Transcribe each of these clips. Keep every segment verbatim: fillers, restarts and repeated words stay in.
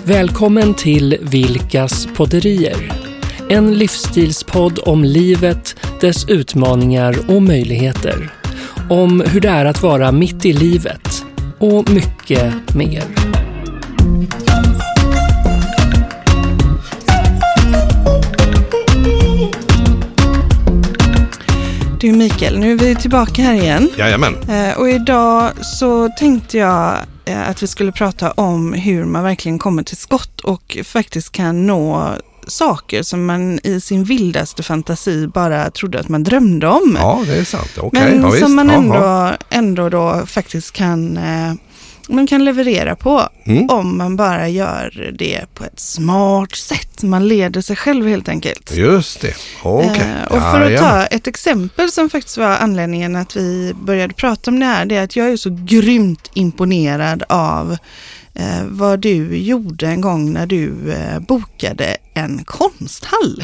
Välkommen till Vilkas podderier. En livsstilspodd om livet, dess utmaningar och möjligheter. Om hur det är att vara mitt i livet och mycket mer. Du Mikael, nu är vi tillbaka här igen. Jajamän. Eh, och idag så tänkte jag eh, att vi skulle prata om hur man verkligen kommer till skott och faktiskt kan nå saker som man i sin vildaste fantasi bara trodde att man drömde om. Ja, det är sant. Okay. Men ja, som man ändå, ja, ja. ändå då faktiskt kan... Eh, man kan leverera på mm. om man bara gör det på ett smart sätt. Man leder sig själv helt enkelt. Just det, okej. Okay. Eh, och för att ta ett exempel som faktiskt var anledningen att vi började prata om det här, det är att jag är så grymt imponerad av eh, vad du gjorde en gång när du eh, bokade en konsthall.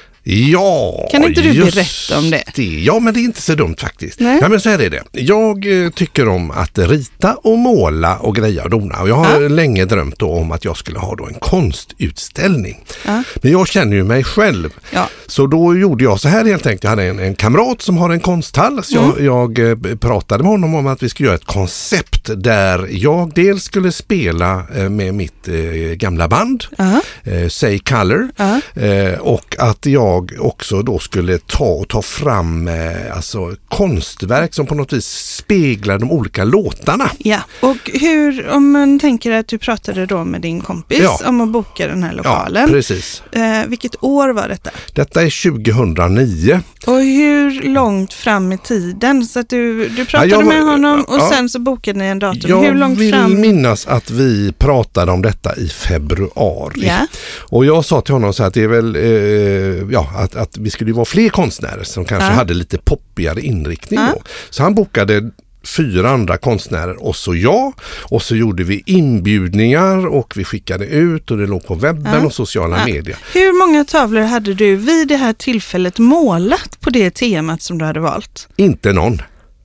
Ja, kan inte du berätta om det? det? Ja, men det är inte så dumt faktiskt. Nej. Ja, men så här är det. Jag eh, tycker om att rita och måla och greja och dona. Och jag har ja. länge drömt då om att jag skulle ha då en konstutställning. Ja. Men jag känner ju mig själv. Ja. Så då gjorde jag så här helt enkelt. Jag hade en, en kamrat som har en konsthall. Så mm. jag, jag eh, pratade med honom om att vi skulle göra ett koncept där jag dels skulle spela eh, med mitt eh, gamla band. Uh-huh. Eh, Say Color. Uh-huh. Eh, och att jag också då skulle ta och ta fram eh, alltså konstverk som på något vis speglar de olika låtarna. Ja, och hur, om man tänker att du pratade då med din kompis ja. om att boka den här lokalen. Ja, precis. Eh, vilket år var detta? Detta är tjugohundranio. Och hur långt fram i tiden? Så att du, du pratade ja, var, med honom och ja, sen så bokade ni en datum. Jag hur långt vill fram? minnas att vi pratade om detta i februari. Ja. Och jag sa till honom så att det är väl eh, ja, att, att vi skulle vara fler konstnärer som kanske ja. hade lite poppigare inriktning ja. då. Så han bokade fyra andra konstnärer och så jag. Och så gjorde vi inbjudningar och vi skickade ut och det låg på webben ja. och sociala ja. medier. Hur många tavlor hade du vid det här tillfället målat på det temat som du hade valt? Inte någon.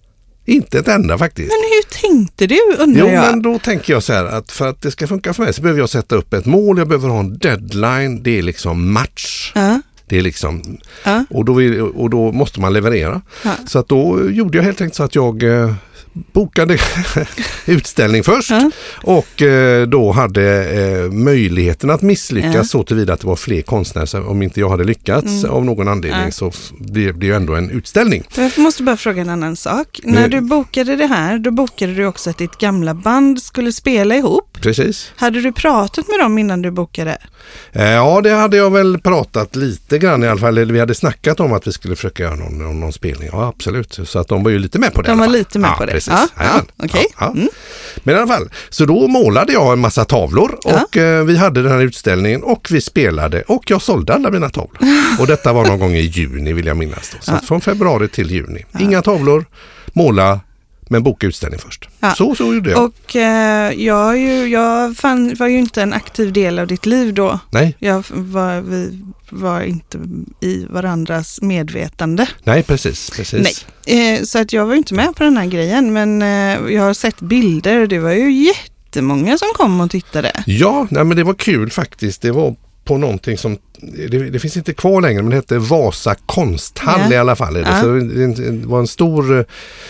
Inte ett enda faktiskt. Men hur tänkte du, undrar jo, jag? Jo, men då tänker jag så här att för att det ska funka för mig så behöver jag sätta upp ett mål. Jag behöver ha en deadline. Det är liksom match. Ja. Det är liksom, ja. och, då vill, och då måste man leverera. Ja. Så att då gjorde jag helt enkelt så att jag eh, bokade utställning först ja. och eh, då hade eh, möjligheten att misslyckas ja. så tillvida att det var fler konstnärer. Så om inte jag hade lyckats mm. av någon anledning ja. så blev det ju ändå en utställning. Jag måste bara fråga en annan sak. Men, när du bokade det här, då bokade du också att ditt gamla band skulle spela ihop. Precis. Hade du pratat med dem innan du bokade? Eh, ja, det hade jag väl pratat lite grann i alla fall. Eller vi hade snackat om att vi skulle försöka göra någon, någon, någon spelning. Ja, absolut. Så att de var ju lite med på det. De var lite med ja, på det. Precis. Ja, ja, okej. Ja, ja. Mm. Men i alla fall, så då målade jag en massa tavlor och ja. eh, vi hade den här utställningen och vi spelade och jag sålde alla mina tavlor. Och detta var någon gång i juni vill jag minnas då. Så ja. från februari till juni. Ja. Inga tavlor, måla, men boka utställning först. Ja. Så, så gjorde jag. Och eh, jag, ju, jag fann, var ju inte en aktiv del av ditt liv då. Nej. Jag var, vi var inte i varandras medvetande. Nej, precis. precis. Nej. Eh, så att jag var ju inte med på den här grejen. Men eh, jag har sett bilder. Det var ju jättemånga som kom och tittade. Ja, nej, men det var kul faktiskt. Det var på någonting som, det, det finns inte kvar längre, men det hette Vasa konsthall ja. i alla fall. Ja. Så det, det var en stor,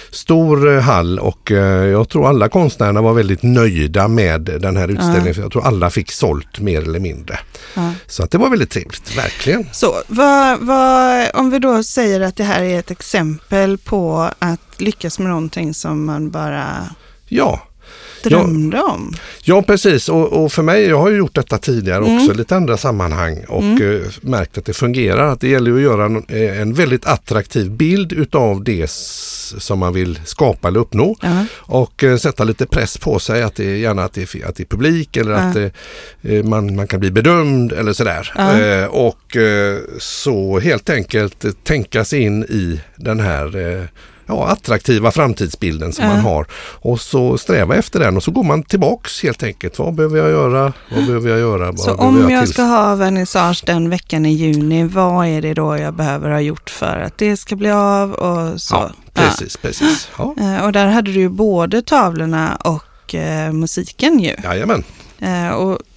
stor hall och eh, jag tror alla konstnärerna var väldigt nöjda med den här utställningen. Ja. Jag tror alla fick sålt mer eller mindre. Ja. Så att det var väldigt trevligt, verkligen. Så vad, vad, om vi då säger att det här är ett exempel på att lyckas med någonting som man bara... Ja. drömde om. Ja, precis. Och, och för mig, jag har ju gjort detta tidigare mm. också i lite andra sammanhang och mm. uh, märkt att det fungerar. Att det gäller ju att göra en, en väldigt attraktiv bild utav det som man vill skapa eller uppnå. Uh-huh. Och uh, sätta lite press på sig att det är gärna att det är, att det är publik eller uh-huh. att uh, man, man kan bli bedömd eller sådär. Uh-huh. Uh, och uh, så helt enkelt tänka sig in i den här uh, ja, attraktiva framtidsbilden som mm. man har. Och så sträva efter den och så går man tillbaks helt enkelt. Vad behöver jag göra? Vad behöver jag göra? Vad så om jag, jag ska ha vernissage den veckan i juni, vad är det då jag behöver ha gjort för att det ska bli av? Och så. Ja, precis. Ja. precis. Ja. Och där hade du ju både tavlorna och eh, musiken ju. Jajamän. Eh, och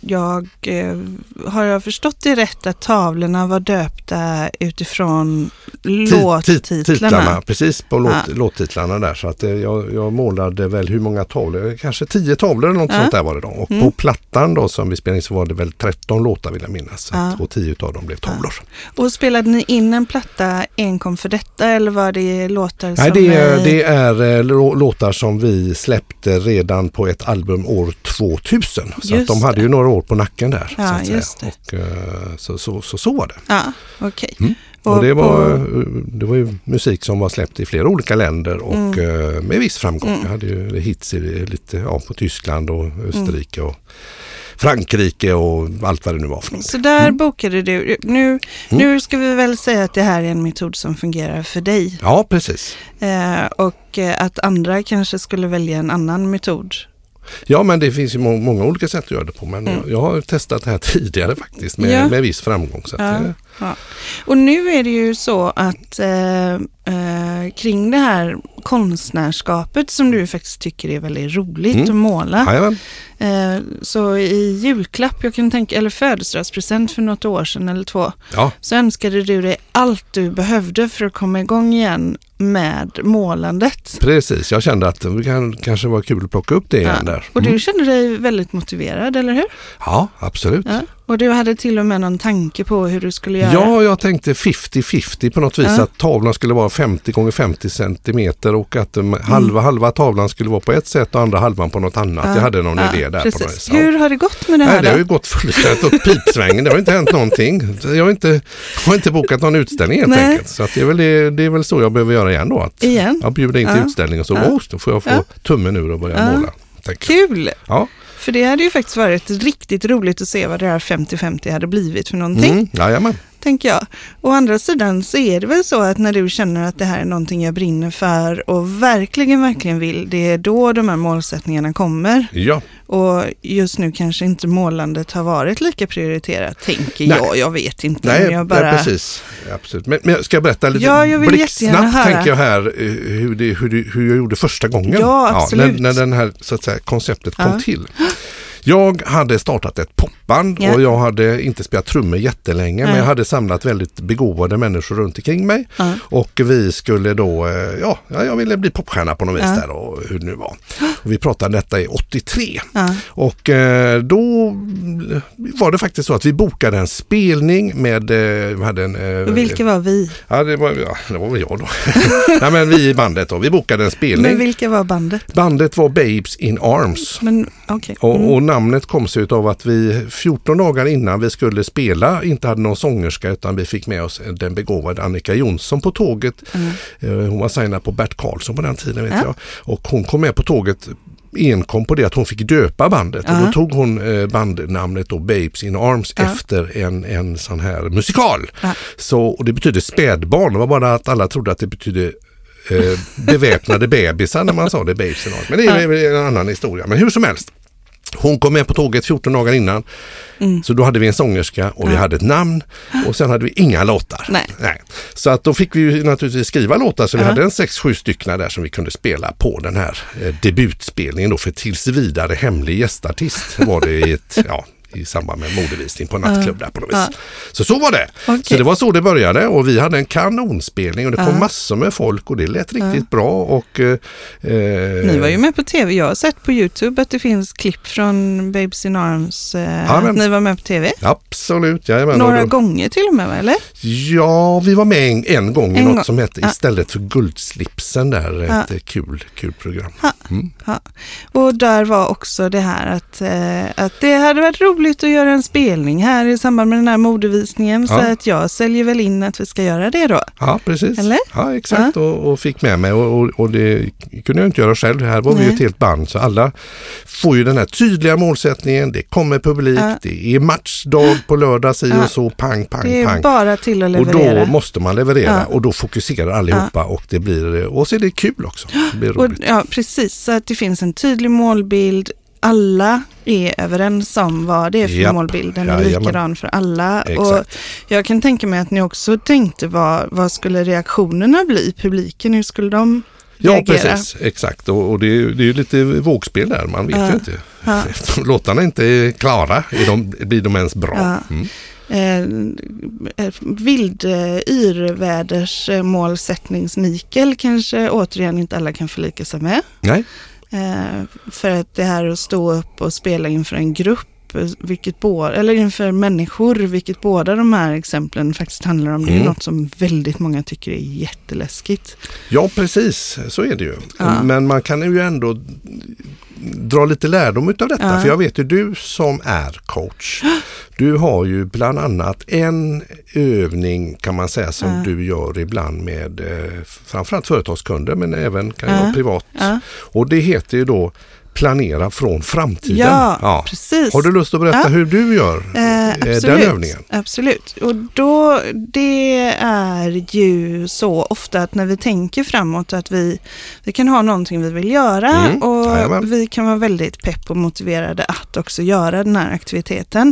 jag, eh, har jag förstått det rätt att tavlorna var döpta utifrån låttitlarna? Titlarna, precis på låt, ja. låttitlarna där. Så att eh, jag, jag målade väl hur många tavlor, kanske tio tavlor eller något ja. sånt där var det då. Och mm. på plattan då som vi spelade så var det väl tretton låtar vill jag minnas. Så ja. att, och tio av dem blev tavlor. Ja. Och spelade ni in en platta enkom för detta eller var det låtar som... Nej, det är, det är låtar som vi släppte redan på ett album år tvåtusen. Så att de hade det. ju några år på nacken där. Ja, så att säga. Just det. Och uh, så, så, så, så var det. Ja, okej. Okay. Mm. Och, och det, var, på... det var ju musik som var släppt i flera olika länder och mm. uh, med viss framgång. Mm. Jag hade ju hits i lite, ja, på Tyskland och Österrike och Frankrike och allt vad det nu var för någonting. Så där mm. bokade du. Nu, mm. nu ska vi väl säga att det här är en metod som fungerar för dig. Ja, precis. Eh, och att andra kanske skulle välja en annan metod. Ja, men det finns ju må- många olika sätt att göra det på. Men mm. jag, jag har testat det här tidigare faktiskt med, ja. med viss framgång. Så att ja. det... ja. Och nu är det ju så att eh, eh, kring det här konstnärskapet som du faktiskt tycker är väldigt roligt mm. att måla. Jajamän. Eh, så i julklapp, jag kan tänka, eller födelsedagspresent för något år sedan eller två, ja. så önskade du dig allt du behövde för att komma igång igen med målandet. Precis, jag kände att det kan, kanske var kul att plocka upp det igen ja. där. Mm. Och du kände dig väldigt motiverad, eller hur? Ja, absolut. Ja. Och du hade till och med någon tanke på hur du skulle göra? Ja, jag tänkte femtio femtio på något vis. Ja. Att tavlan skulle vara femtio gånger femtio centimeter och att um, mm. halva, halva tavlan skulle vara på ett sätt och andra halvan på något annat. Ja. Jag hade någon ja, idé där. Precis. På något vis. Hur har det gått med det här? Nej, det har ju då? gått fullständigt åt pipsvängen. Det har inte hänt någonting. Jag har inte, har inte bokat någon utställning helt Nej. enkelt. Så att det, är väl det, det är väl så jag behöver göra igen då. Att igen? Jag bjuder in till ja. utställning och så ja. oh, då får jag få ja. tummen ur och börja ja. måla. Kul! Ja. För det hade ju faktiskt varit riktigt roligt att se vad det här femtio femtio hade blivit för någonting. Mm, jajamän. Tänker jag. Å andra sidan så är det väl så att när du känner att det här är någonting jag brinner för och verkligen, verkligen vill, det är då de här målsättningarna kommer. Ja. Och just nu kanske inte målandet har varit lika prioriterat, tänker Nej. jag. Jag vet inte. Nej, jag bara... nej precis. Absolut. Men, men jag ska berätta lite ja, jag vill blixtsnabbt höra. tänker jag här hur, det, hur, det, hur jag gjorde första gången. Ja, absolut. Ja, när, när den här så att säga, konceptet ja. kom till. Jag hade startat ett popband ja. och jag hade inte spelat trummor jättelänge Nej. men jag hade samlat väldigt begåvade människor runt omkring mig ja. och vi skulle då, ja, jag ville bli popstjärna på något vis ja. där och hur det nu var. Och vi pratade detta i åttiotre ja. och då var det faktiskt så att vi bokade en spelning med, vi hade en... Vilka var vi? Ja, det var, ja, det var väl jag då. Nej, men vi i bandet då, vi bokade en spelning. Men vilka var bandet? Bandet var Babes in Arms. Men, okay. mm. och, och namnet kom sig av att vi fjorton dagar innan vi skulle spela inte hade någon sångerska utan vi fick med oss den begåvade Annika Jonsson på tåget. Mm. Hon var signad på Bert Karlsson på den tiden vet ja. jag. Och hon kom med på tåget enkom på det att hon fick döpa bandet. Uh-huh. Och då tog hon eh, bandnamnet då Babes in Arms uh-huh. efter en, en sån här musikal. Uh-huh. Så, och det betyder spädbarn. Det var bara att alla trodde att det betydde eh, beväpnade bebisar när man sa det Babes in Arms. Men det är uh-huh. en annan historia. Men hur som helst. Hon kom med på tåget fjorton dagar innan. Mm. Så då hade vi en sångerska och ja. vi hade ett namn och sen hade vi inga låtar. Nej. Nej. Så att då fick vi ju naturligtvis skriva låtar så vi ja. hade en sex sju stycken där som vi kunde spela på den här eh, debutspelningen då för tills vidare hemlig gästartist var det i ett, ja, i samband med modevisning på en nattklubb där på något vis. Ja. Så så var det. Okay. Så det var så det började och vi hade en kanonspelning och det kom ja. massor med folk och det lät riktigt ja. bra. Och, eh, Ni var ju med på tv. Jag har sett på YouTube att det finns klipp från Babes in Arms. Eh, ja, men, ni var med på tv? Absolut. Jajamän. Några då, gånger till och med, eller? Ja, vi var med en, en gång i en något gång. som hette ja. Istället för guldslipsen där. Ja. Ett kul, kul program. Ja. Mm. Ja. Och där var också det här att, eh, att det hade varit roligt att göra en spelning här i samband med den här modevisningen ja. så att jag säljer väl in att vi ska göra det då. Ja, precis. Eller? Ja, exakt. Ja. Och, och fick med mig och, och, och det kunde jag inte göra själv. Här var Nej. vi ett helt band så alla får ju den här tydliga målsättningen. Det kommer publik, ja. det är matchdag på lördag si ja. och så, pang, pang, det är pang. bara till att leverera. Och då måste man leverera ja. och då fokuserar allihopa ja. och det blir, och så är det kul också. Det blir roligt. Och, ja, precis. Så att det finns en tydlig målbild. Alla är överens om vad det är för Japp. målbild. Den ja, är likadan jamen. för alla. Exakt. Och jag kan tänka mig att ni också tänkte vad, vad skulle reaktionerna bli? Publiken, hur skulle de Ja, reagera. precis. Exakt. Och, och det, är, det är ju lite vågspel där. Man vet ja. ju inte. Ja. Eftersom låtarna inte är klara, är de, blir de ens bra. Ja. Mm. Eh, vild eh, yrväders eh, målsättningsnikel kanske återigen inte alla kan förlika sig med. Nej. Eh, för att det här att stå upp och spela inför en grupp, vilket både, eller inför människor, vilket båda de här exemplen faktiskt handlar om. Det är Mm. något som väldigt många tycker är jätteläskigt. Ja, precis. Så är det ju. Ja. Men man kan ju ändå dra lite lärdom utav detta. Ja. För jag vet ju, du som är coach, du har ju bland annat en övning kan man säga som Ja. du gör ibland med eh, framförallt företagskunder men även kan Ja. vara privat. Ja. Och det heter ju då planera från framtiden. Ja, precis. Har du lust att berätta Ja. hur du gör Eh, eh, absolut, den övningen? Absolut. Och då, det är ju så ofta att när vi tänker framåt att vi, vi kan ha någonting vi vill göra Mm, och jajamän. vi kan vara väldigt pepp och motiverade att också göra den här aktiviteten.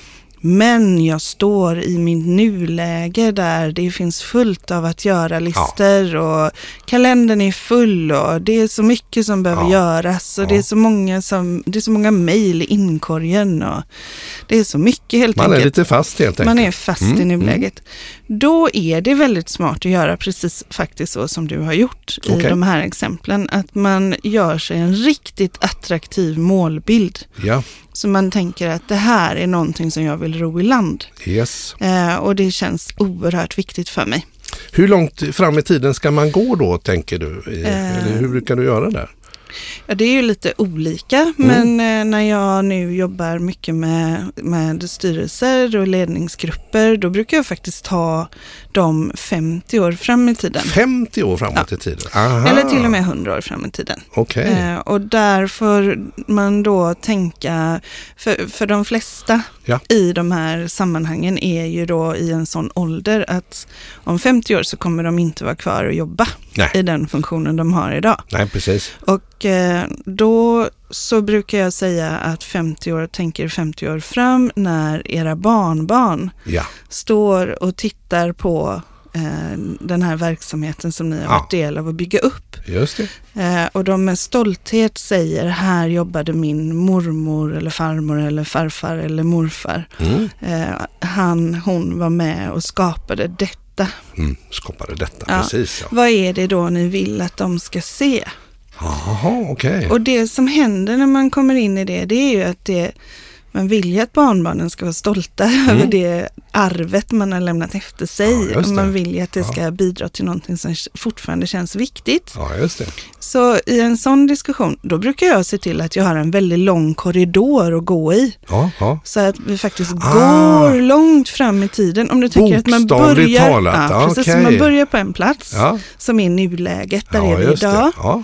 Men jag står i mitt nuläge där det finns fullt av att göra listor och kalendern är full och det är så mycket som behöver Ja. göras och Ja. det är så många som det är så många mejl i inkorgen och det är så mycket helt Man enkelt. är lite fast helt enkelt. Man är fast Mm, i nuläget. Då är det väldigt smart att göra precis faktiskt så som du har gjort i Okej. de här exemplen. Att man gör sig en riktigt attraktiv målbild. Ja, Så man tänker att det här är någonting som jag vill ro i land. yes. Eh, och det känns oerhört viktigt för mig. Hur långt fram i tiden ska man gå då, tänker du? I, Eh. Eller hur brukar du göra där? Ja, det är ju lite olika, Mm. men eh, när jag nu jobbar mycket med, med styrelser och ledningsgrupper, då brukar jag faktiskt ta dem femtio år fram i tiden. femtio år framåt i tiden? Aha. Eller till och med hundra år fram i tiden. Okej. Eh, och där får man då tänka, för, för de flesta Ja. i de här sammanhangen är ju då i en sån ålder att om femtio år så kommer de inte vara kvar och jobba Nej. i den funktionen de har idag. Nej, precis. Och eh, då så brukar jag säga att femtio år tänker femtio år fram när era barnbarn Ja. står och tittar på eh, den här verksamheten som ni har Ja. varit del av att bygga upp. Just det. Eh, och de med stolthet säger, här jobbade min mormor eller farmor eller farfar eller morfar. Mm. Eh, han, hon var med och skapade detta. Mm. Skapade detta, Ja. precis. Ja. Vad är det då ni vill att de ska se? Jaha, okej. Och det som händer när man kommer in i det, det är ju att det, man vill ju att barnbarnen ska vara stolta Mm. över det arvet man har lämnat efter sig. Ja, just och man det. vill ju att det Ja. ska bidra till någonting som fortfarande känns viktigt. Ja, just det. Så i en sån diskussion, då brukar jag se till att jag har en väldigt lång korridor att gå i. Ja, ja. Så att vi faktiskt Ah. går långt fram i tiden. Om du tänker att man Bokstavligt börjar, talat, ja, precis, okej. så man börjar på en plats Ja, som är nuläget, där ja är vi just idag. det. Ja.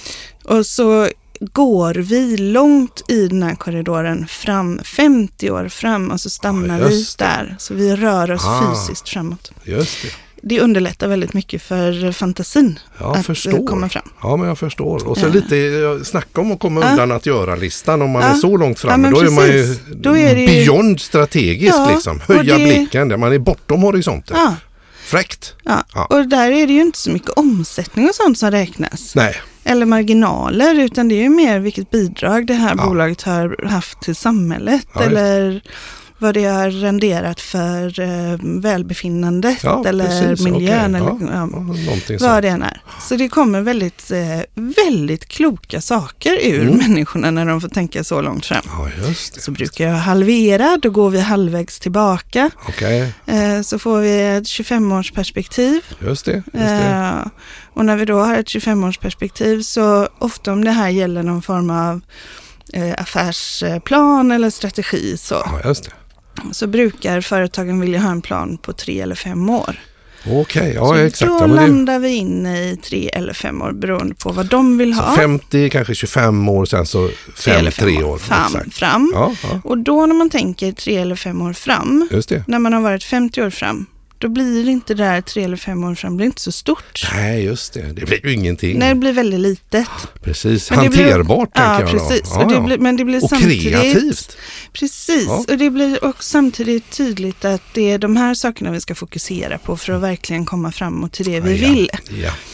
Och så går vi långt i den här korridoren fram, femtio år fram, och så stannar Ja, vi just det. där. Så vi rör oss Ah. fysiskt framåt. Just det. Det underlättar väldigt mycket för fantasin Jag att förstår. eh, komma fram. Ja, men jag förstår. Och så Ja. lite eh, snacka om att komma Ja. undan att göra-listan om man Ja. är så långt Ja, fram. men då är man ju precis. Då är det ju- beyond strategiskt Ja, liksom. och Höja det- blicken, där man är bortom horisonten. Ja, Fräckt. ja. Ja. Och där är det ju inte så mycket omsättning och sånt som räknas. Nej, Eller marginaler, utan det är ju mer vilket bidrag det här Ja. bolaget har haft till samhället. Ja, just det. eller vad det har renderat för eh, välbefinnandet ja, eller precis. miljön. Okej. Eller, Ja, ja, ja, någonting vad så. det än är. Så det kommer väldigt, eh, väldigt kloka saker ur Mm. människorna när de får tänka så långt fram. Ja, just det. Så brukar jag halvera, då går vi halvvägs tillbaka. Okej, Eh, så får vi ett tjugofem-årsperspektiv. just det. Just det. Eh, och när vi då har ett tjugofem-årsperspektiv så ofta om det här gäller någon form av eh, affärsplan eller strategi så, Ja, just det. så brukar företagen vilja ha en plan på tre eller fem år. Okej, ja så exakt. då Ja, men det, landar vi in i tre eller fem år beroende på vad de vill så ha. femtio, kanske tjugofem år, sen så fem, eller tre år. Fram, Exakt. fram. Ja, ja, Och då när man tänker tre eller fem år fram, just det. när man har varit femtio år fram, då blir inte det där tre eller fem år fram blir inte så stort. Nej, just det. Det blir ju ingenting. Nej, det blir väldigt litet. Precis, Men det blir- hanterbart Ja, tänker jag precis. då. Ja, och det ja. blir, men det blir Och samtidigt, kreativt. Precis, Ja. och det blir också samtidigt tydligt att det är de här sakerna vi ska fokusera på för att verkligen komma framåt till det vi Ja, vill. Ja,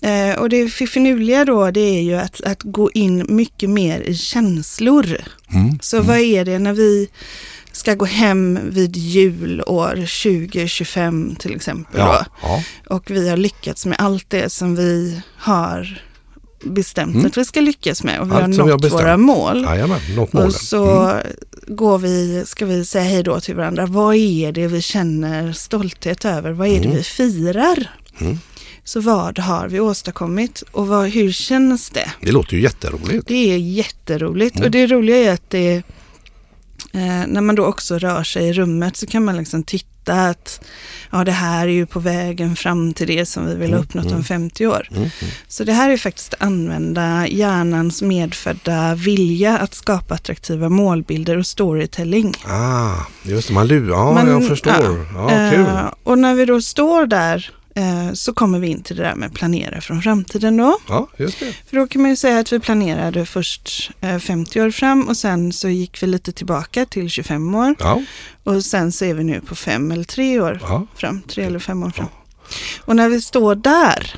Eh, och det fiffinuliga då, det är ju att, att gå in mycket mer i känslor. Mm. Så mm. vad är det när vi ska gå hem vid jul år tjugo tjugofem till exempel Ja, då. ja. Och vi har lyckats med allt det som vi har bestämt mm. att vi ska lyckas med. Och vi allt har som nått vi har våra mål. Jajamän, nått målen. Och så mm. går vi, ska vi säga hej då till varandra. Vad är det vi känner stolthet över? Vad är det Mm. vi firar? Mm. Så vad har vi åstadkommit? Och vad, hur känns det? Det låter ju jätteroligt. Det är jätteroligt. Mm. Och det roliga är att det eh, när man då också rör sig i rummet så kan man liksom titta att ja, det här är ju på vägen fram till det som vi vill ha Mm, uppnått mm. om femtio år. Mm. Mm. Så det här är faktiskt att använda hjärnans medfödda vilja att skapa attraktiva målbilder och storytelling. Ah, just det, man lurar. Ja, Man- jag förstår. Ja, kul. Eh, och när vi då står där eh, så kommer vi in till det där med planera från framtiden då. Ja, just det. För då kan man ju säga att vi planerade först eh, femtio år fram och sen så gick vi lite tillbaka till tjugofem år. Ja, Och sen så är vi nu på fem eller tre år ja. fram, tre eller fem år fram. Och när vi står där,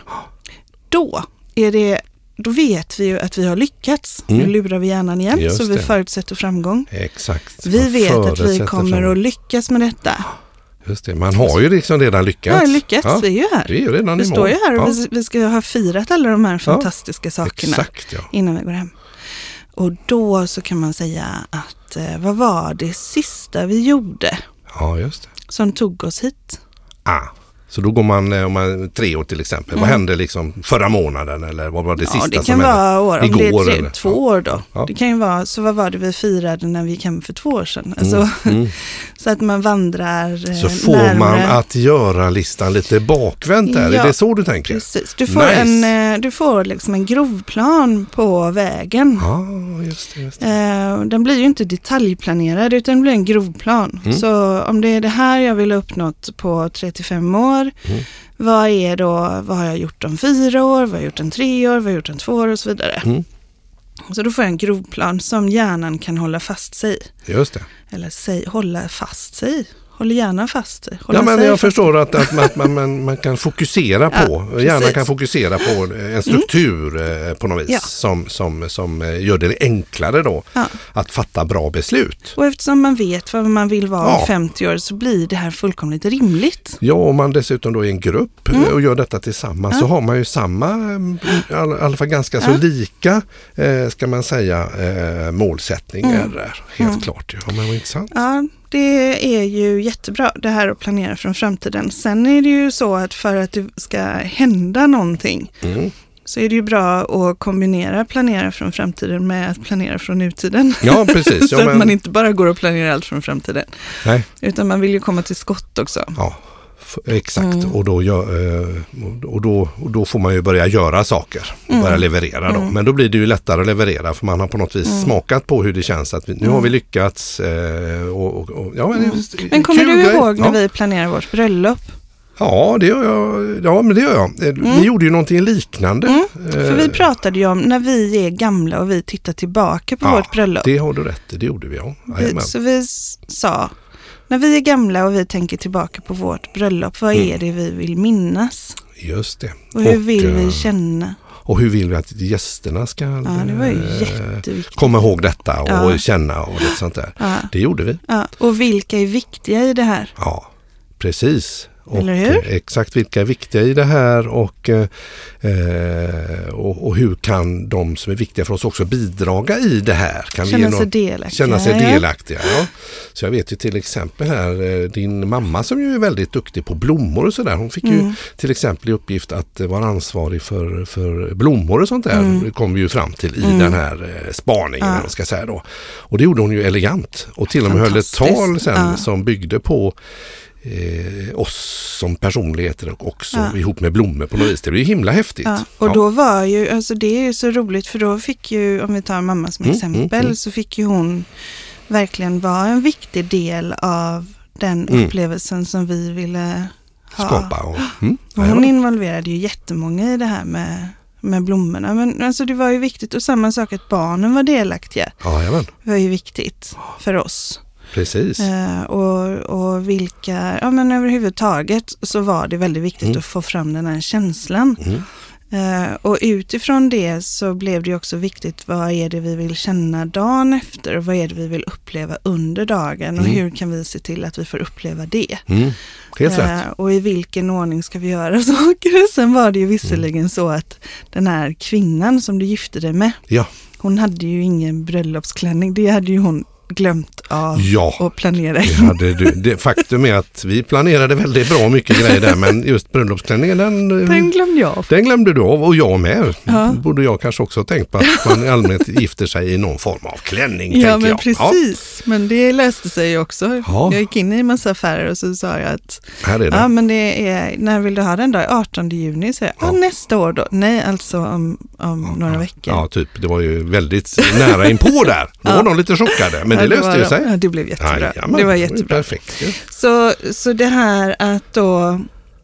då är det, då vet vi ju att vi har lyckats. Mm. Nu lurar vi hjärnan igen, Just så vi det. förutsätter framgång. Exakt. Vi Man vet att vi förutsätter kommer framgång. att lyckas med detta. Just det, man har ju liksom redan lyckats. Ja, lyckats, Ja, vi är ju här. det är ju redan Vi i står mål. ju här och Ja, vi, vi ska ha firat alla de här fantastiska sakerna exakt, ja. innan vi går hem. Och då så kan man säga att eh, vad var det sista vi gjorde Ja, just det. som tog oss hit? Ah. Så då går man, eh, om man tre år till exempel. Mm. Vad hände liksom förra månaden eller vad var det sista Ja, det som kan hände? vara år, om det är Igår tre, eller? två Ja. år då. Ja. Det kan ju vara, så vad var det vi firade när vi gick hem för två år sedan? Alltså, Mm. så att man vandrar eh, Så får närmare. man att göra listan lite bakvänt där. Ja, är det så du tänker? Precis. Du får, Nice. en, eh, du får liksom en grovplan på vägen. Ja, just det. Just det. Eh, den blir ju inte detaljplanerad utan det blir en grovplan. Mm. Så om det är det här jag vill ha uppnått på tre till fem år, Mm. vad är då, vad har jag gjort om fyra år, vad har jag gjort om tre år, vad har jag gjort om två år och så vidare. Mm. Så då får jag en grovplan som hjärnan kan hålla fast sig. Just det. Eller säg, hålla fast sig. Håller gärna fast sig. Hålla Ja, men sig jag fast. förstår att, att, man, att man, man, man kan fokusera Ja, på, precis. hjärnan kan fokusera på en struktur eh, på något vis Ja. som, som, som eh, gör det enklare då Ja. att fatta bra beslut. Och eftersom man vet vad man vill vara Ja. om femtio år så blir det här fullkomligt rimligt. Ja, om man dessutom då är en grupp Mm. eh, och gör detta tillsammans Ja. så har man ju samma, eh, i alla, i alla fall ganska så Ja. lika, eh, ska man säga, eh, målsättningar Mm. där. Helt Mm. klart. Ja, men vad intressant. Ja, det är ju jättebra det här att planera från framtiden. Sen är det ju så att för att det ska hända någonting Mm. så är det ju bra att kombinera planera från framtiden med att planera från nutiden. Ja, precis. så Ja, att men, man inte bara går och planerar allt från framtiden. nej. Utan man vill ju komma till skott också. Ja, f- exakt. Mm. Och, då gör, eh, och, då, och då får man ju börja göra saker och Mm. börja leverera då. Mm. Men då blir det ju lättare att leverera för man har på något vis Mm. smakat på hur det känns att vi, nu Mm. har vi lyckats. Eh, och, och, och, ja, men, det är Mm. just- Men kommer kul du grej. ihåg när Ja. vi planerade vårt bröllop? Ja, det gör jag. Ja, men det gör jag. Eh, Vi Mm. gjorde ju någonting liknande. Mm. Eh, För vi pratade ju om när vi är gamla och vi tittar tillbaka på ja, vårt bröllop. Det har du rätt i, det gjorde vi. Ja. Vi, Jajamän. så vi s- sa, när vi är gamla och vi tänker tillbaka på vårt bröllop, vad Mm. är det vi vill minnas? Just det. Och hur vill eh, vi känna? Och hur vill vi att gästerna ska Ja, det var ju eh, jätteviktigt. komma ihåg detta och Ja. känna och lite sånt där. Ja, Det gjorde vi. ja. Och vilka är viktiga i det här? Ja, precis. Och, Eller hur? eh, exakt vilka är viktiga i det här och, eh, eh, och, och hur kan de som är viktiga för oss också bidraga i det här? Kan Känna vi ge sig någon, delaktiga. känna sig ja. delaktiga. Ja. Så jag vet ju till exempel här, eh, din mamma som ju är väldigt duktig på blommor och sådär. Hon fick ju Mm. till exempel i uppgift att eh, vara ansvarig för, för blommor och sånt där. Mm. Det kom vi ju fram till i Mm. den här eh, spaningen, Ja. eller vad ska jag säga då. Och det gjorde hon ju elegant. Och till och med höll ett Fantastiskt. tal sen Ja. som byggde på eh, oss som personligheter och också Ja. ihop med blommor på något vis. Det blir ju himla häftigt. Ja, och Ja. då var ju, alltså det är ju så roligt för då fick ju, om vi tar mamma som Mm, exempel, mm, mm. så fick ju hon verkligen vara en viktig del av den Mm. upplevelsen som vi ville ha. Skapa. Och, mm, Och hon jajamän. involverade ju jättemånga i det här med, med blommorna. Men alltså det var ju viktigt, och samma sak att barnen var delaktiga. Ja, jajamän. Det var ju viktigt för oss. Precis. Eh, och, och vilka, ja men överhuvudtaget så var det väldigt viktigt Mm. att få fram den här känslan. Mm. Uh, och utifrån det så blev det också viktigt, vad är det vi vill känna dagen efter och vad är det vi vill uppleva under dagen och mm. hur kan vi se till att vi får uppleva det. Mm. Helt rätt. Uh, och i vilken ordning ska vi göra saker. Sen var det ju visserligen mm. så att den här kvinnan som du gifte dig med, ja. hon hade ju ingen bröllopsklänning, det hade ju hon glömt av ja, och planera. Ja, det, det, faktum är att vi planerade väldigt bra mycket grejer där, men just bröllopsklänningen den, den glömde jag. Den glömde du av och jag med. Ja. Borde jag kanske också tänkt på att man i allmänhet gifter sig i någon form av klänning. Ja, men jag. precis. Ja. Men det löste sig ju också. Ja. Jag gick in i en massa affärer och så sa jag att här är det. Ja, men det är, när vill du ha den då? artonde juni. Så jag, ja. ja, nästa år då. Nej, alltså om, om ja, några ja. veckor. Ja, typ. Det var ju väldigt nära inpå där. Då ja. var de lite chockade, men ja, det löste det ju sig. Ja, det blev jättebra. Ja, ja, men, det var jättebra. Perfekt. Ja. Så, så det här att då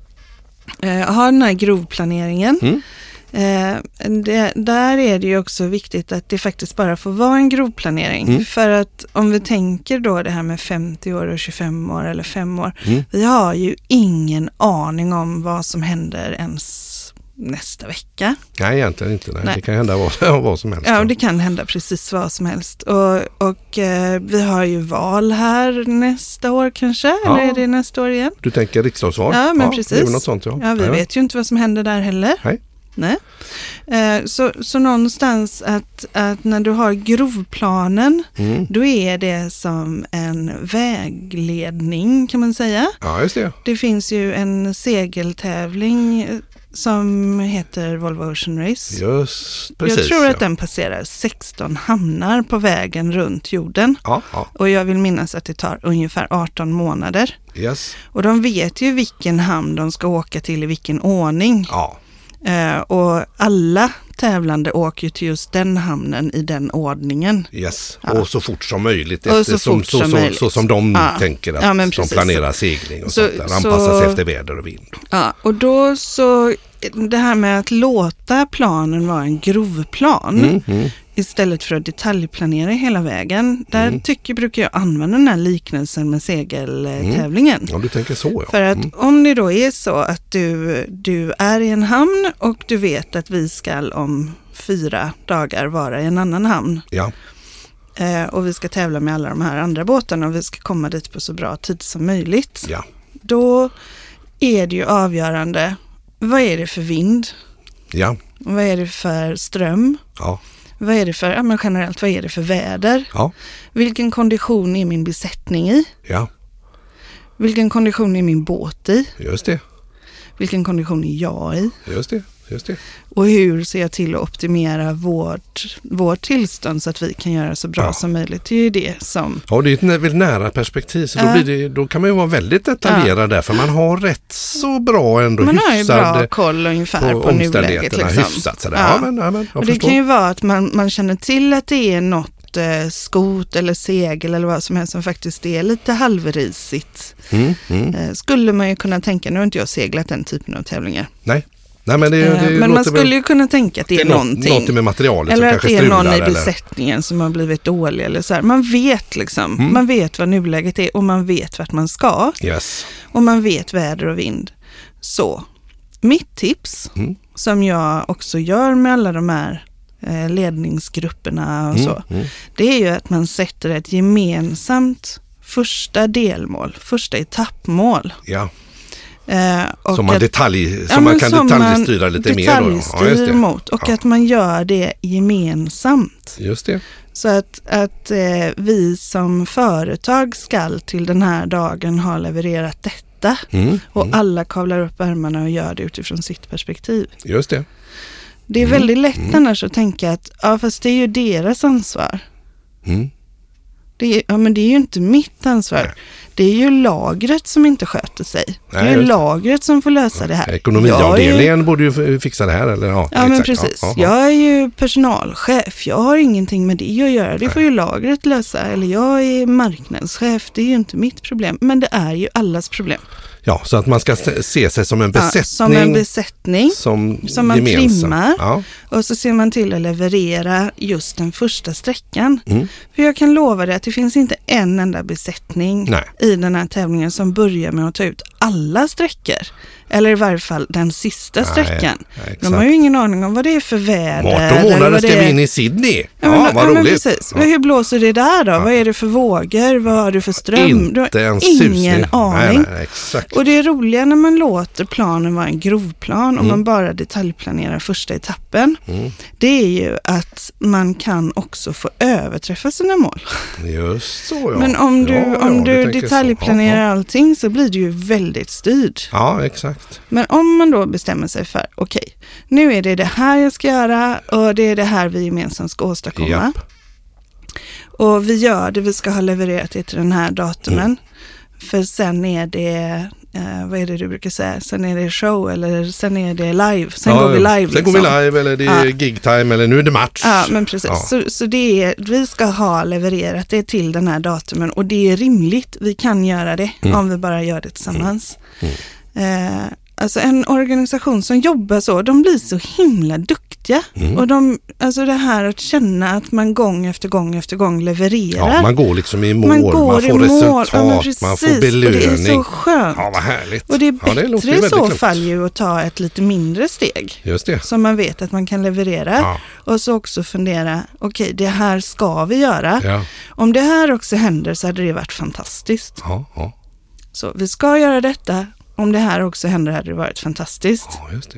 eh, ha den här grovplaneringen. Mm. Eh, det, där är det ju också viktigt att det faktiskt bara får vara en grovplanering. Mm. För att om vi tänker då det här med femtio år och tjugofem år eller fem år. Mm. Vi har ju ingen aning om vad som händer ens nästa vecka. Nej, egentligen inte. Nej. Nej. Det kan hända vad, vad som helst. Ja, det kan hända precis vad som helst. Och, och eh, vi har ju val här nästa år kanske. Ja. Eller är det nästa år igen? Du tänker riksdagsval? Ja, men ja, precis. Det är väl något sånt, ja. Ja, vi ja. vet ju inte vad som händer där heller. Nej. Nej. Eh, så, så någonstans att, att när du har grovplanen, mm. då är det som en vägledning kan man säga. Ja, just det. Det finns ju en segeltävling som heter Volvo Ocean Race. Just, precis. Jag tror att ja. den passerar sexton hamnar på vägen runt jorden. Ja, ja. Och jag vill minnas att det tar ungefär arton månader. Yes. Och de vet ju vilken hamn de ska åka till i vilken ordning. Ja. Eh, och alla tävlande åker ju till just den hamnen i den ordningen. Yes, ja. och så fort som möjligt. Och Efter, så, som, fort så, som så, möjligt. så som de ja. tänker att ja, de planerar segling och så, sånt där. Anpassar så, sig efter väder och vind. Ja, och då så, det här med att låta planen vara en grovplan Mm, mm. istället för att detaljplanera hela vägen. Där Mm. tycker brukar jag använda den här liknelsen med segeltävlingen. Mm. Ja, du tänker så, ja. För att mm. om det då är så att du, du är i en hamn och du vet att vi ska om fyra dagar vara i en annan hamn. Ja. Eh, och vi ska tävla med alla de här andra båtarna och vi ska komma dit på så bra tid som möjligt. Ja. Då är det ju avgörande, vad är det för vind? Ja. Vad är det för ström? Ja. Vad är det för, ja men generellt, vad är det för väder? Ja. Vilken kondition är min besättning i? Ja. Vilken kondition är min båt i? Just det. Vilken kondition är jag i? Just det. Just det. Och hur ser jag till att optimera vårt, vårt tillstånd så att vi kan göra så bra ja. som möjligt. Det är ju det som... Ja, det är ett väldigt nära perspektiv så då, äh. blir det, då kan man ju vara väldigt detaljerad ja. där för man har rätt så bra ändå man hyfsad... Man har ju bra koll ungefär på, på nuläget. Liksom. Hyfsat sådär. Ja. Ja, men, ja, men, och det kan ju vara att man, man känner till att det är något eh, skot eller segel eller vad som helst som faktiskt är lite halvrisigt. Mm, mm. Eh, skulle man ju kunna tänka, nu har inte jag seglat den typen av tävlingar. Nej. Nej, men det, det men man skulle ju kunna tänka att det är, det är någonting. Något med materialet eller som att det är någon i besättningen eller... som har blivit dålig eller så här. Man vet liksom, mm. man vet vad nuläget är och man vet vart man ska. Yes. Och man vet väder och vind. Så, mitt tips mm. som jag också gör med alla de här eh, ledningsgrupperna och mm. så. Mm. Det är ju att man sätter ett gemensamt första delmål, första etappmål. Ja. Eh, och som man, att, detalj, som ja, man kan som detaljstyra man lite detaljstyr mer. Då. Ja, just det. Mot, och ja. att man gör det gemensamt. Just det. Så att, att eh, vi som företag ska till den här dagen ha levererat detta. Mm, och mm. alla kavlar upp ärmarna och gör det utifrån sitt perspektiv. Just det. Det är mm. väldigt lätt mm. annars att tänka att ja, fast det är ju deras ansvar. Mm. Det är, ja, men det är ju inte mitt ansvar. Nej. Det är ju lagret som inte sköter sig. Nej, det är ju lagret som får lösa ja, det här. Ekonomiavdelningen ju, borde ju fixa det här. Eller? Ja, ja exakt. men precis. Ja, ja. Jag är ju personalchef. Jag har ingenting med det att göra. Det får ju lagret lösa. Eller jag är marknadschef. Det är ju inte mitt problem. Men det är ju allas problem. Ja, så att man ska se sig som en besättning. Ja, som en besättning. Som, som man gemensam. trimmar. Ja. Och så ser man till att leverera just den första sträckan. Mm. För jag kan lova dig att det finns inte en enda besättning Nej. i den här tävlingen som börjar med att ta ut alla sträckor. Eller i varje fall den sista sträckan. Nej, de har ju ingen aning om vad det är för väder. arton månader ska det är... vi in i Sydney. Ja, ja, men, vad ja, roligt. Men precis. Ja. Hur blåser det där då? Ja. Vad är det för vågor? Vad har du för ström? Inte du har en ingen susning. aning. Nej, nej, exakt. Och det är roliga när man låter planen vara en grovplan och Mm. man bara detaljplanerar första etappen. Mm. Det är ju att man kan också få överträffa sina mål. Just så, ja. Men om du, ja, om ja, du tänker detaljplanerar så. Ja, allting så blir det ju väldigt styrd. ja. ja, exakt. Men om man då bestämmer sig för, okej, okay, nu är det det här jag ska göra och det är det här vi gemensamt ska åstadkomma. Japp. Och vi gör det, vi ska ha levererat det till den här datumen. Mm. För sen är det, eh, vad är det du brukar säga, sen är det show eller sen är det live. Sen ja, går vi live. Sen liksom. går vi live eller det är ja. gig time eller nu är det match. Ja, men precis. Ja. Så, så det är, vi ska ha levererat det till den här datumen och det är rimligt. Vi kan göra det mm. om vi bara gör det tillsammans. Mm. Mm. Eh, Alltså en organisation som jobbar så, de blir så himla duktiga. Mm. Och de, alltså det här att känna att man gång efter gång efter gång levererar. Ja, man går liksom i mål, man, man går får i resultat, ja, man får belöning. Och det är så skönt. Ja, vad härligt. Och det är bättre ja, det i så klokt. fall ju att ta ett lite mindre steg. Just det. Som man vet att man kan leverera. Ja. Och så också fundera, okej, okay, det här ska vi göra. Ja. Om det här också händer så hade det varit fantastiskt. Ja, ja. Så vi ska göra detta. Om det här också händer hade det varit fantastiskt. Ja, just det.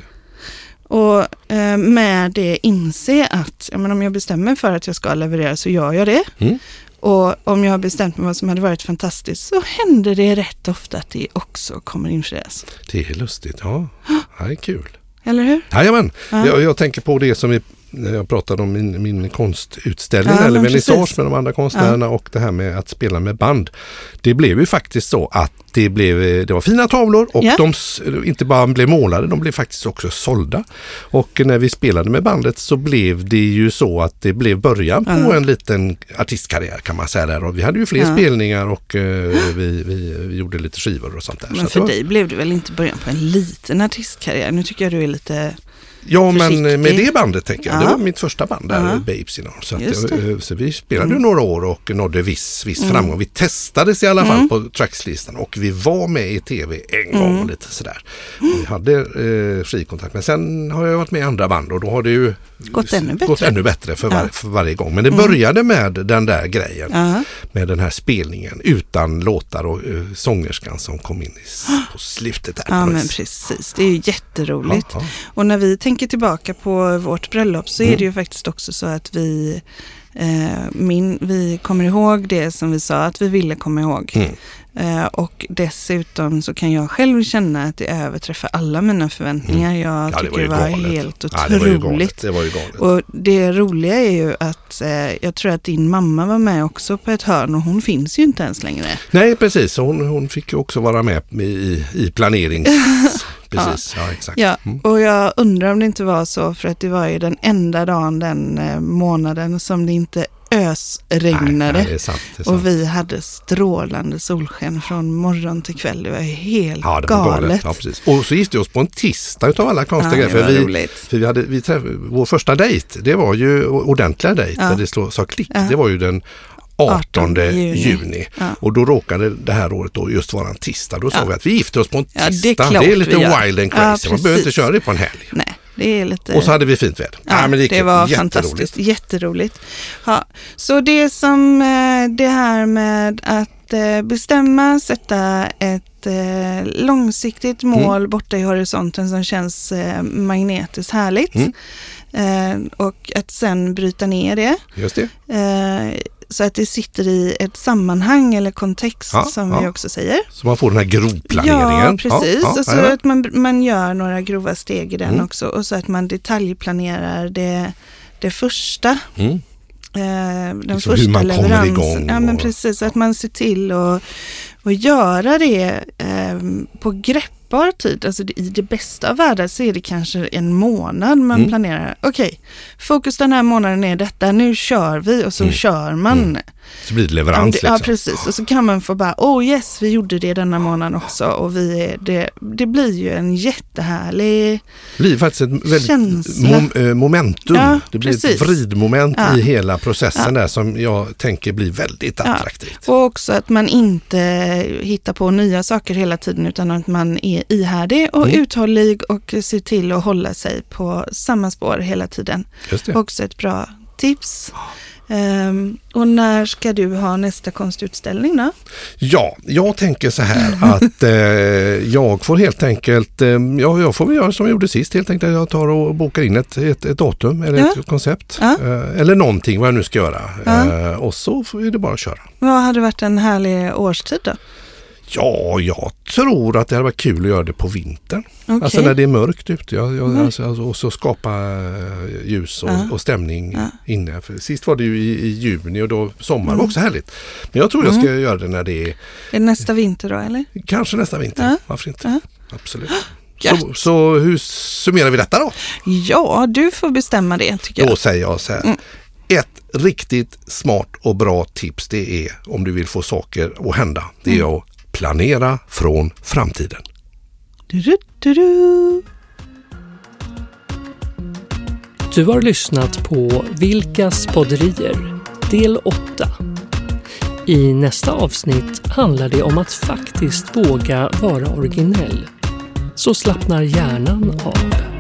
Och eh, med det inse att ja, men om jag bestämmer för att jag ska leverera så gör jag det. Mm. Och om jag har bestämt mig vad som hade varit fantastiskt så händer det rätt ofta att det också kommer infrias. Det är lustigt, ja. Det är kul. Eller hur? Jajamän. Ja. Jag, jag tänker på det som vi jag pratade om min, min konstutställning ja, eller vernissage precis. med de andra konstnärerna ja. och det här med att spela med band. Det blev ju faktiskt så att det, blev, det var fina tavlor och ja. de inte bara blev målade, de blev faktiskt också sålda. Och när vi spelade med bandet så blev det ju så att det blev början på ja. en liten artistkarriär kan man säga där. Och vi hade ju fler ja. spelningar och uh, vi, vi, vi gjorde lite skivor och sånt där. Men så för var... dig blev det väl inte början på en liten artistkarriär? Nu tycker jag du är lite... Ja, försiktig. Men med det bandet tänker jag. Ja. Det var mitt första band där, ja. Babes. You know. Så, att, så vi spelade mm. några år och nådde viss, viss mm. framgång. Vi testades i alla fall mm. på trackslistan och vi var med i tv en gång mm. lite sådär. Och vi hade eh, skivkontakt. Men sen har jag varit med i andra band och då har det ju gått ännu bättre, gått ännu bättre för, var, ja. för varje gång. Men det började mm. med den där grejen. Ja. Med den här spelningen utan låtar och uh, sångerskan som kom in i, på slutet där. Ja, men precis. Det är ju jätteroligt. Ja, ja. Och när vi tänker tillbaka på vårt bröllop så mm. är det ju faktiskt också så att vi eh, min, vi kommer ihåg det som vi sa att vi ville komma ihåg. Mm. Eh, och dessutom så kan jag själv känna att det överträffar alla mina förväntningar. Mm. Jag ja, tycker det var, det var helt ja, otroligt. Det var ju galet. Och det roliga är ju att eh, jag tror att din mamma var med också på ett hörn och hon finns ju inte ens längre. Nej, precis. Hon, hon fick ju också vara med i, i planering. Precis, ja, ja exakt. Ja, mm. och jag undrar om det inte var så för att det var ju den enda dagen den eh, månaden som det inte ösregnade. Nej, nej, det är sant, det är sant. Och vi hade strålande solsken från morgon till kväll. Det var helt ja, det var galet. galet. Ja, precis. Och så gifte vi oss på en tisdag utav alla konstiga ja, grejer. För, vi, för vi hade, vi träff, vår första dejt, det var ju ordentliga dejt ja. där det slå, sa klick. Ja. Det var ju den artonde juni. Ja. Och då råkade det här året då just vara en tisdag. Då sa ja. vi att vi gifte oss på en tisdag. Ja, det, är det är lite wild and crazy. Ja, man behöver inte köra det på en helg. Nej. Det är lite... Och så hade vi fint väder. Ja, ja, men det, det var fantastiskt, jätteroligt. Ja, så det som det här med att bestämma, sätta ett långsiktigt mål mm. borta i horisonten som känns magnetiskt härligt. Mm. Och att sen bryta ner det. Just det. Så att det sitter i ett sammanhang eller kontext ja, som ja. vi också säger. Så man får den här grovplaneringen. Ja, precis. Ja, ja, och så ja. att man, man gör några grova steg i den mm. också. Och så att man detaljplanerar det, det första. Mm. Eh, den liksom första hur man leveransen. kommer igång. Ja, men och, precis. Ja. Att man ser till att och göra det eh, på greppbar tid. Alltså i det bästa av världar så är det kanske en månad man mm. planerar. Okej, okay, fokus den här månaden är detta. Nu kör vi och så mm. kör man. Mm. Så blir det leverans ja, det, liksom. Ja, precis. Och så kan man få bara, oh yes, vi gjorde det denna månaden också. Och vi är, det, det blir ju en jättehärlig Det blir faktiskt ett väldigt känsla. mom, äh, momentum. Ja, det blir precis. ett vridmoment Ja. i hela processen Ja. där som jag tänker blir väldigt attraktivt. Ja. Och också att man inte hittar på nya saker hela tiden utan att man är ihärdig och Mm. uthållig och ser till att hålla sig på samma spår hela tiden. Just det. Också ett bra tips. Um, och när ska du ha nästa konstutställning då? Ja, jag tänker så här att eh, jag får helt enkelt, eh, ja, jag får väl göra som jag gjorde sist, helt enkelt jag tar och bokar in ett, ett, ett datum eller Ja. ett koncept Ja. eh, eller någonting vad jag nu ska göra Ja. eh, och så är det bara att köra. Vad hade varit en härlig årstid då? Ja, jag tror att det hade varit kul att göra det på vintern. Okay. Alltså när det är mörkt ute. Jag, jag, Mm. alltså, och så skapa eh, ljus och, Ja. och stämning Ja. inne. För sist var det ju i, i juni och då sommar var Mm. också härligt. Men jag tror jag ska göra det när det är Är det nästa vinter då eller? kanske nästa vinter. Ja. Varför inte? Ja. Absolut. Gött. Så, så hur summerar vi detta då? Ja, du får bestämma det tycker Då jag. säger jag så här. Mm. Ett riktigt smart och bra tips det är om du vill få saker att hända. Det är Mm. att planera från framtiden. Du, du, du, du. Du har lyssnat på Vilkas podderier, del åtta. I nästa avsnitt handlar det om att faktiskt våga vara originell. Så slappnar hjärnan av.